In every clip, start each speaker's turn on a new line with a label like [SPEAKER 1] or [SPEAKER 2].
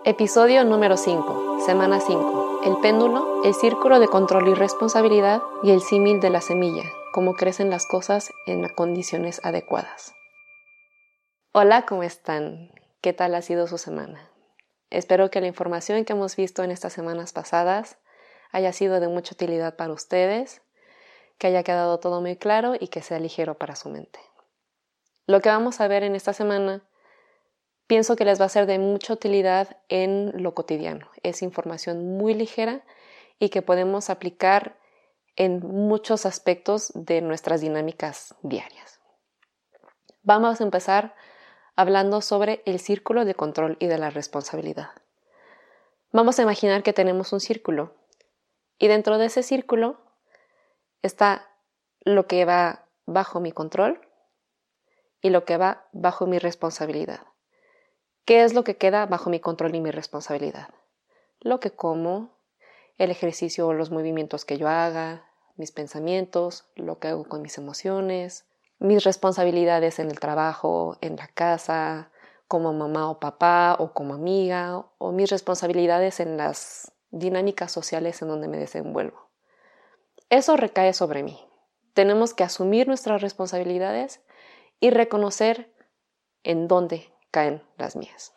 [SPEAKER 1] Episodio número 5, semana 5. El péndulo, el círculo de control y responsabilidad y el símil de la semilla, cómo crecen las cosas en condiciones adecuadas. Hola, ¿cómo están? ¿Qué tal ha sido su semana? Espero que la información que hemos visto en estas semanas pasadas haya sido de mucha utilidad para ustedes, que haya quedado todo muy claro y que sea ligero para su mente. Lo que vamos a ver en esta semana pienso que les va a ser de mucha utilidad en lo cotidiano. Es información muy ligera y que podemos aplicar en muchos aspectos de nuestras dinámicas diarias. Vamos a empezar hablando sobre el círculo de control y de la responsabilidad. Vamos a imaginar que tenemos un círculo y dentro de ese círculo está lo que va bajo mi control y lo que va bajo mi responsabilidad. ¿Qué es lo que queda bajo mi control y mi responsabilidad? Lo que como, el ejercicio o los movimientos que yo haga, mis pensamientos, lo que hago con mis emociones, mis responsabilidades en el trabajo, en la casa, como mamá o papá o como amiga, o mis responsabilidades en las dinámicas sociales en donde me desenvuelvo. Eso recae sobre mí. Tenemos que asumir nuestras responsabilidades y reconocer en dónde caen las mías.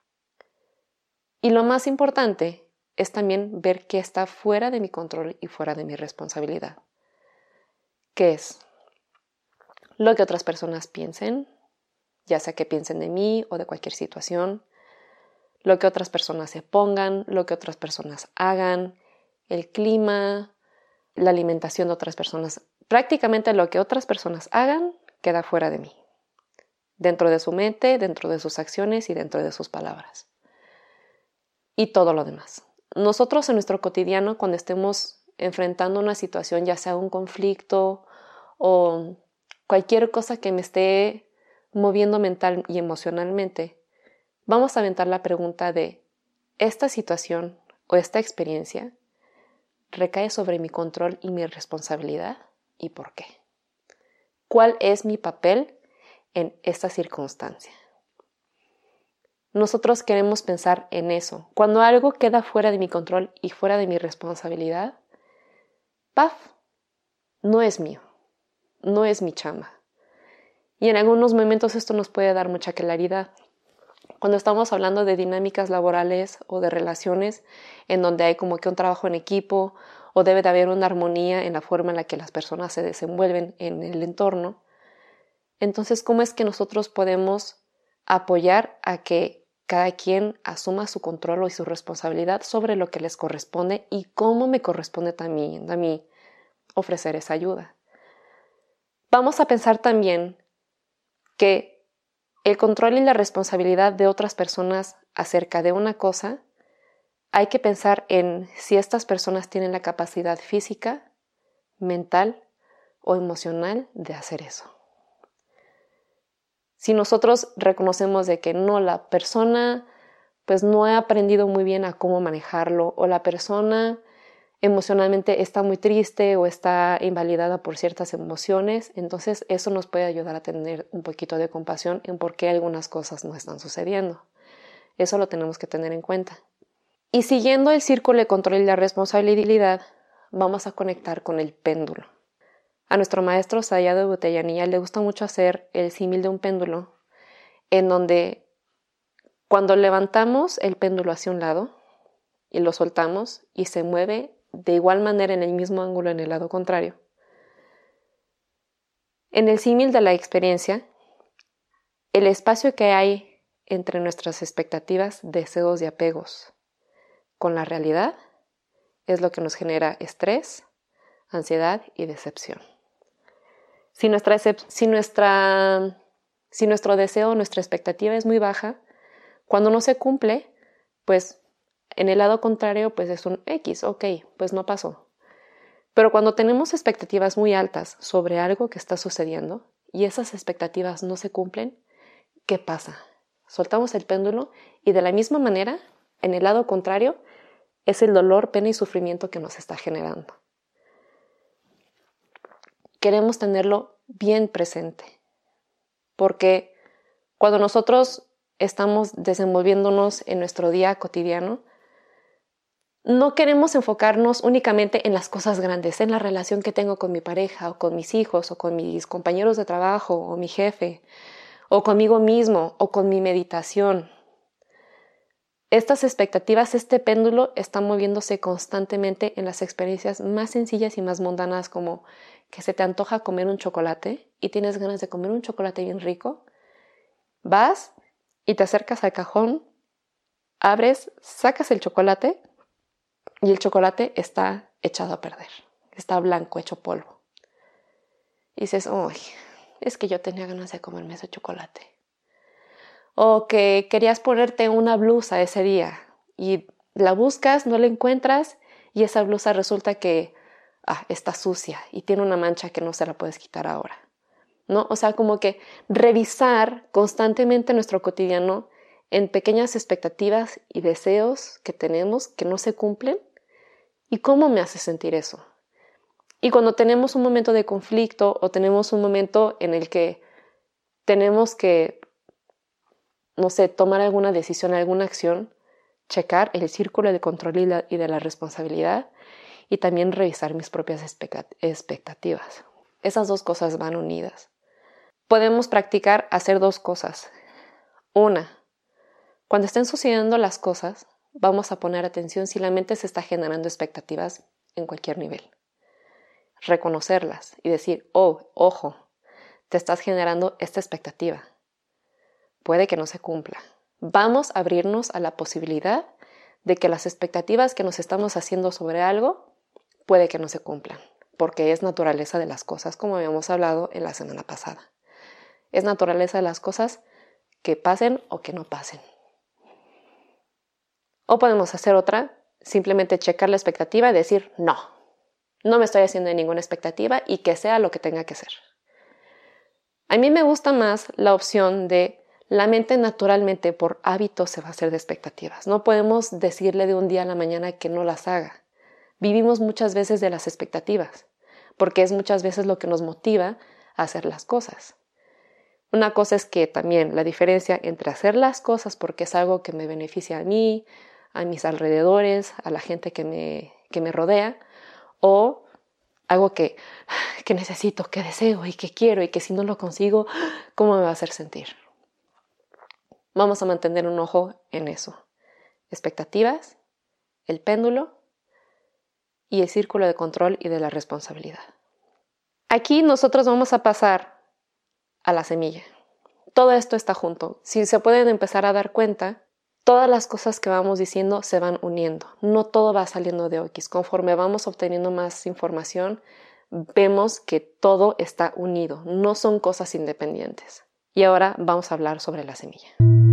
[SPEAKER 1] Y lo más importante es también ver qué está fuera de mi control y fuera de mi responsabilidad. ¿Qué es? Lo que otras personas piensen, ya sea que piensen de mí o de cualquier situación, lo que otras personas se pongan, lo que otras personas hagan, el clima, la alimentación de otras personas. Prácticamente lo que otras personas hagan queda fuera de mí, dentro de su mente, dentro de sus acciones y dentro de sus palabras. Y todo lo demás. Nosotros en nuestro cotidiano, cuando estemos enfrentando una situación, ya sea un conflicto o cualquier cosa que me esté moviendo mental y emocionalmente, vamos a aventar la pregunta de ¿esta situación o esta experiencia recae sobre mi control y mi responsabilidad? ¿Y por qué? ¿Cuál es mi papel en esta circunstancia? Nosotros queremos pensar en eso. Cuando algo queda fuera de mi control y fuera de mi responsabilidad, ¡paf! No es mío, no es mi chamba. Y en algunos momentos esto nos puede dar mucha claridad. Cuando estamos hablando de dinámicas laborales o de relaciones en donde hay como que un trabajo en equipo o debe de haber una armonía en la forma en la que las personas se desenvuelven en el entorno, entonces, ¿cómo es que nosotros podemos apoyar a que cada quien asuma su control y su responsabilidad sobre lo que les corresponde y cómo me corresponde también a mí ofrecer esa ayuda? Vamos a pensar también que el control y la responsabilidad de otras personas acerca de una cosa, hay que pensar en si estas personas tienen la capacidad física, mental o emocional de hacer eso. Si nosotros reconocemos de que no, la persona pues no ha aprendido muy bien a cómo manejarlo o la persona emocionalmente está muy triste o está invalidada por ciertas emociones, entonces eso nos puede ayudar a tener un poquito de compasión en por qué algunas cosas no están sucediendo. Eso lo tenemos que tener en cuenta. Y siguiendo el círculo de control y la responsabilidad, vamos a conectar con el péndulo. A nuestro maestro Sayadaw U Teyaniyal le gusta mucho hacer el símil de un péndulo, en donde cuando levantamos el péndulo hacia un lado y lo soltamos y se mueve de igual manera en el mismo ángulo en el lado contrario. En el símil de la experiencia, el espacio que hay entre nuestras expectativas, deseos y apegos con la realidad es lo que nos genera estrés, ansiedad y decepción. Si nuestro deseo, nuestra expectativa es muy baja, cuando no se cumple, pues en el lado contrario, pues es un X, ok, pues no pasó. Pero cuando tenemos expectativas muy altas sobre algo que está sucediendo y esas expectativas no se cumplen, ¿qué pasa? Soltamos el péndulo y de la misma manera, en el lado contrario, es el dolor, pena y sufrimiento que nos está generando. Queremos tenerlo bien presente, porque cuando nosotros estamos desenvolviéndonos en nuestro día cotidiano, no queremos enfocarnos únicamente en las cosas grandes, en la relación que tengo con mi pareja o con mis hijos o con mis compañeros de trabajo o mi jefe o conmigo mismo o con mi meditación. Estas expectativas, este péndulo está moviéndose constantemente en las experiencias más sencillas y más mundanas, como que se te antoja comer un chocolate y tienes ganas de comer un chocolate bien rico. Vas y te acercas al cajón, abres, sacas el chocolate y el chocolate está echado a perder, está blanco, hecho polvo. Y dices, ¡ay! Es que yo tenía ganas de comerme ese chocolate. O que querías ponerte una blusa ese día y la buscas, no la encuentras y esa blusa resulta que está sucia y tiene una mancha que no se la puedes quitar ahora, ¿no? O sea, como que revisar constantemente nuestro cotidiano en pequeñas expectativas y deseos que tenemos que no se cumplen y cómo me hace sentir eso. Y cuando tenemos un momento de conflicto o tenemos un momento en el que tenemos que, no sé, tomar alguna decisión, alguna acción, checar el círculo de control y de la responsabilidad y también revisar mis propias expectativas. Esas dos cosas van unidas. Podemos practicar hacer dos cosas. Una, cuando estén sucediendo las cosas, vamos a poner atención si la mente se está generando expectativas en cualquier nivel. Reconocerlas y decir, oh, ojo, te estás generando esta expectativa. Puede que no se cumpla. Vamos a abrirnos a la posibilidad de que las expectativas que nos estamos haciendo sobre algo puede que no se cumplan, porque es naturaleza de las cosas, como habíamos hablado en la semana pasada. Es naturaleza de las cosas que pasen o que no pasen. O podemos hacer otra, simplemente checar la expectativa y decir, no me estoy haciendo ninguna expectativa y que sea lo que tenga que ser. A mí me gusta más la opción de la mente naturalmente por hábito se va a hacer de expectativas. No podemos decirle de un día a la mañana que no las haga. Vivimos muchas veces de las expectativas, porque es muchas veces lo que nos motiva a hacer las cosas. Una cosa es que también la diferencia entre hacer las cosas porque es algo que me beneficia a mí, a mis alrededores, a la gente que me rodea, o algo que necesito, que deseo y que quiero y que si no lo consigo, ¿cómo me va a hacer sentir? Vamos a mantener un ojo en eso. Expectativas, el péndulo y el círculo de control y de la responsabilidad. Aquí nosotros vamos a pasar a la semilla. Todo esto está junto. Si se pueden empezar a dar cuenta, todas las cosas que vamos diciendo se van uniendo. No todo va saliendo de Oquis. Conforme vamos obteniendo más información, vemos que todo está unido. No son cosas independientes. Y ahora vamos a hablar sobre la semilla.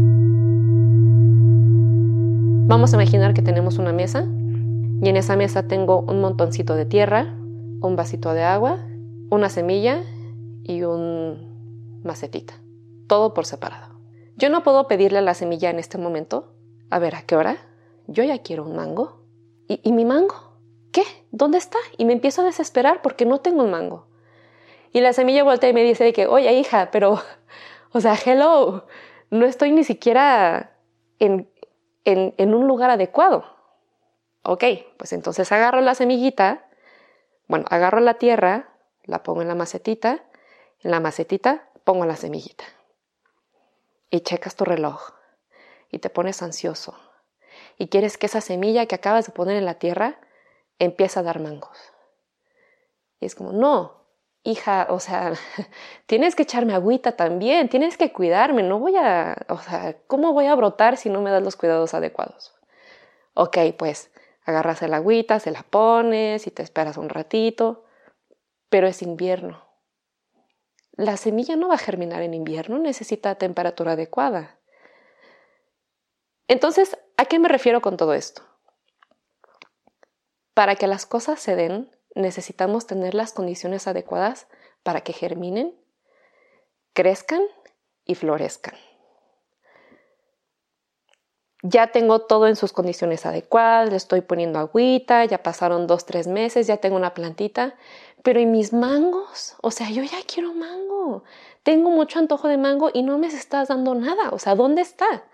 [SPEAKER 1] Vamos a imaginar que tenemos una mesa y en esa mesa tengo un montoncito de tierra, un vasito de agua, una semilla y un macetita. Todo por separado. Yo no puedo pedirle a la semilla en este momento, a ver, ¿a qué hora? Yo ya quiero un mango. ¿Y mi mango? ¿Qué? ¿Dónde está? Y me empiezo a desesperar porque no tengo un mango. Y la semilla voltea y me dice de que, oye, hija, pero, o sea, hello, no estoy ni siquiera en un lugar adecuado. Ok, pues entonces agarro la semillita, agarro la tierra, la pongo en la macetita pongo la semillita. Y checas tu reloj y te pones ansioso y quieres que esa semilla que acabas de poner en la tierra empiece a dar mangos. Y es como, no, hija, o sea, tienes que echarme agüita también, tienes que cuidarme, ¿cómo voy a brotar si no me das los cuidados adecuados? Ok, pues agarras el agüita, se la pones y te esperas un ratito, pero es invierno. La semilla no va a germinar en invierno, necesita temperatura adecuada. Entonces, ¿a qué me refiero con todo esto? Para que las cosas se den, necesitamos tener las condiciones adecuadas para que germinen, crezcan y florezcan. ya tengo todo en sus condiciones adecuadas, le estoy poniendo agüita, ya pasaron 2-3 meses, ya tengo una plantita, pero ¿y mis mangos? O sea, yo ya quiero mango, tengo mucho antojo de mango y no me estás dando nada, o sea, ¿dónde está?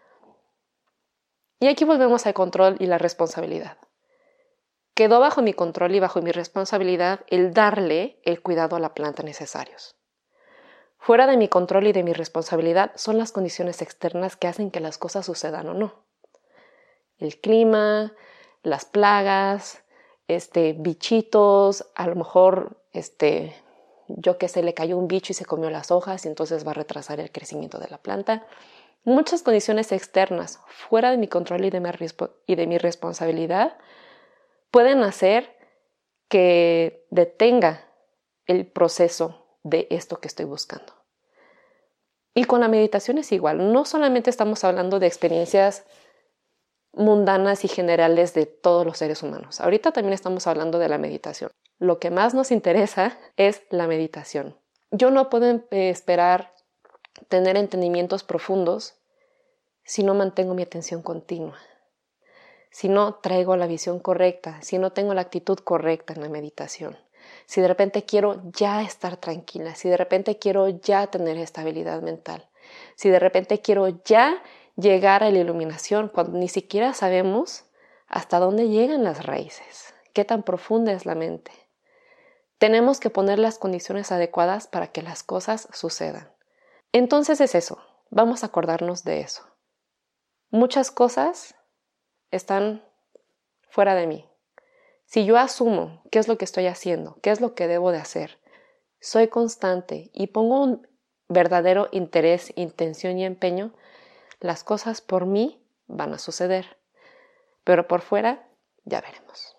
[SPEAKER 1] Y aquí volvemos al control y la responsabilidad. Quedó bajo mi control y bajo mi responsabilidad el darle el cuidado a la planta necesarios. Fuera de mi control y de mi responsabilidad son las condiciones externas que hacen que las cosas sucedan o no. El clima, las plagas, bichitos, a lo mejor, yo qué sé, le cayó un bicho y se comió las hojas y entonces va a retrasar el crecimiento de la planta. Muchas condiciones externas fuera de mi control y de mi responsabilidad pueden hacer que detenga el proceso de esto que estoy buscando. Y con la meditación es igual. No solamente estamos hablando de experiencias mundanas y generales de todos los seres humanos. Ahorita también estamos hablando de la meditación. Lo que más nos interesa es la meditación. Yo no puedo esperar tener entendimientos profundos si no mantengo mi atención continua, si no traigo la visión correcta, si no tengo la actitud correcta en la meditación. Si de repente quiero ya estar tranquila, si de repente quiero ya tener estabilidad mental, si de repente quiero ya llegar a la iluminación cuando ni siquiera sabemos hasta dónde llegan las raíces, qué tan profunda es la mente. Tenemos que poner las condiciones adecuadas para que las cosas sucedan. Entonces es eso, vamos a acordarnos de eso. Muchas cosas están fuera de mí. Si yo asumo qué es lo que estoy haciendo, qué es lo que debo de hacer, soy constante y pongo un verdadero interés, intención y empeño, las cosas por mí van a suceder. Pero por fuera, ya veremos.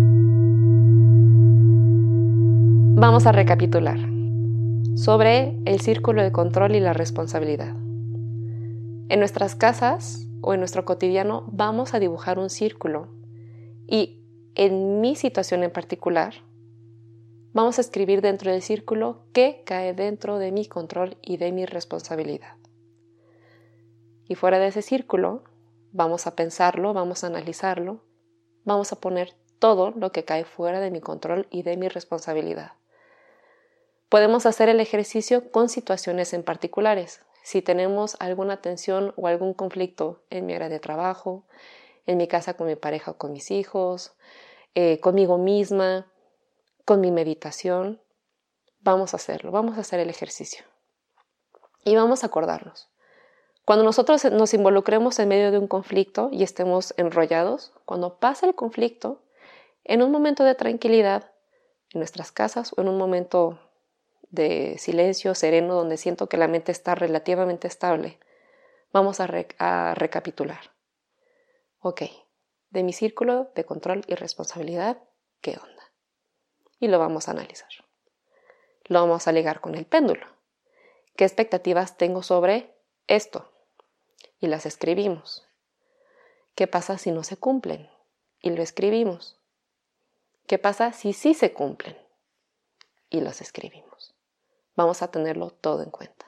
[SPEAKER 1] Vamos a recapitular sobre el círculo de control y la responsabilidad. En nuestras casas o en nuestro cotidiano vamos a dibujar un círculo y en mi situación en particular, vamos a escribir dentro del círculo qué cae dentro de mi control y de mi responsabilidad. Y fuera de ese círculo, vamos a pensarlo, vamos a analizarlo, vamos a poner todo lo que cae fuera de mi control y de mi responsabilidad. Podemos hacer el ejercicio con situaciones en particulares. Si tenemos alguna tensión o algún conflicto en mi área de trabajo, en mi casa con mi pareja o con mis hijos, conmigo misma, con mi meditación, vamos a hacerlo, vamos a hacer el ejercicio. Y vamos a acordarnos. Cuando nosotros nos involucremos en medio de un conflicto y estemos enrollados, cuando pasa el conflicto, en un momento de tranquilidad, en nuestras casas o en un momento de silencio sereno donde siento que la mente está relativamente estable, vamos a recapitular. Ok, de mi círculo de control y responsabilidad, ¿qué onda? Y lo vamos a analizar. Lo vamos a ligar con el péndulo. ¿Qué expectativas tengo sobre esto? Y las escribimos. ¿Qué pasa si no se cumplen? Y lo escribimos. ¿Qué pasa si sí se cumplen? Y los escribimos. Vamos a tenerlo todo en cuenta.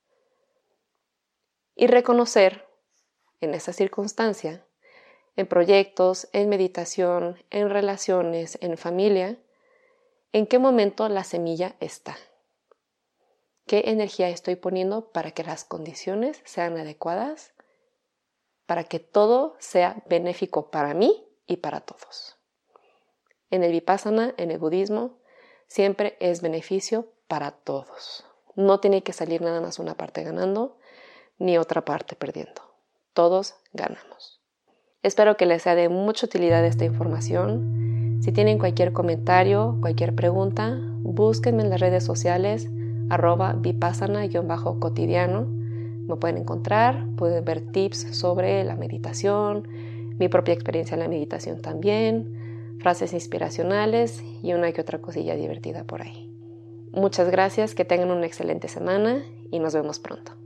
[SPEAKER 1] Y reconocer en esa circunstancia, en proyectos, en meditación, en relaciones, en familia, en qué momento la semilla está. ¿Qué energía estoy poniendo para que las condiciones sean adecuadas? Para que todo sea benéfico para mí y para todos. En el Vipassana, en el budismo, siempre es beneficio para todos. No tiene que salir nada más una parte ganando, ni otra parte perdiendo. Todos ganamos. Espero que les sea de mucha utilidad esta información. Si tienen cualquier comentario, cualquier pregunta, búsquenme en las redes sociales @vipassana_cotidiano. Me pueden encontrar, pueden ver tips sobre la meditación, mi propia experiencia en la meditación también, frases inspiracionales y una que otra cosilla divertida por ahí. Muchas gracias, que tengan una excelente semana y nos vemos pronto.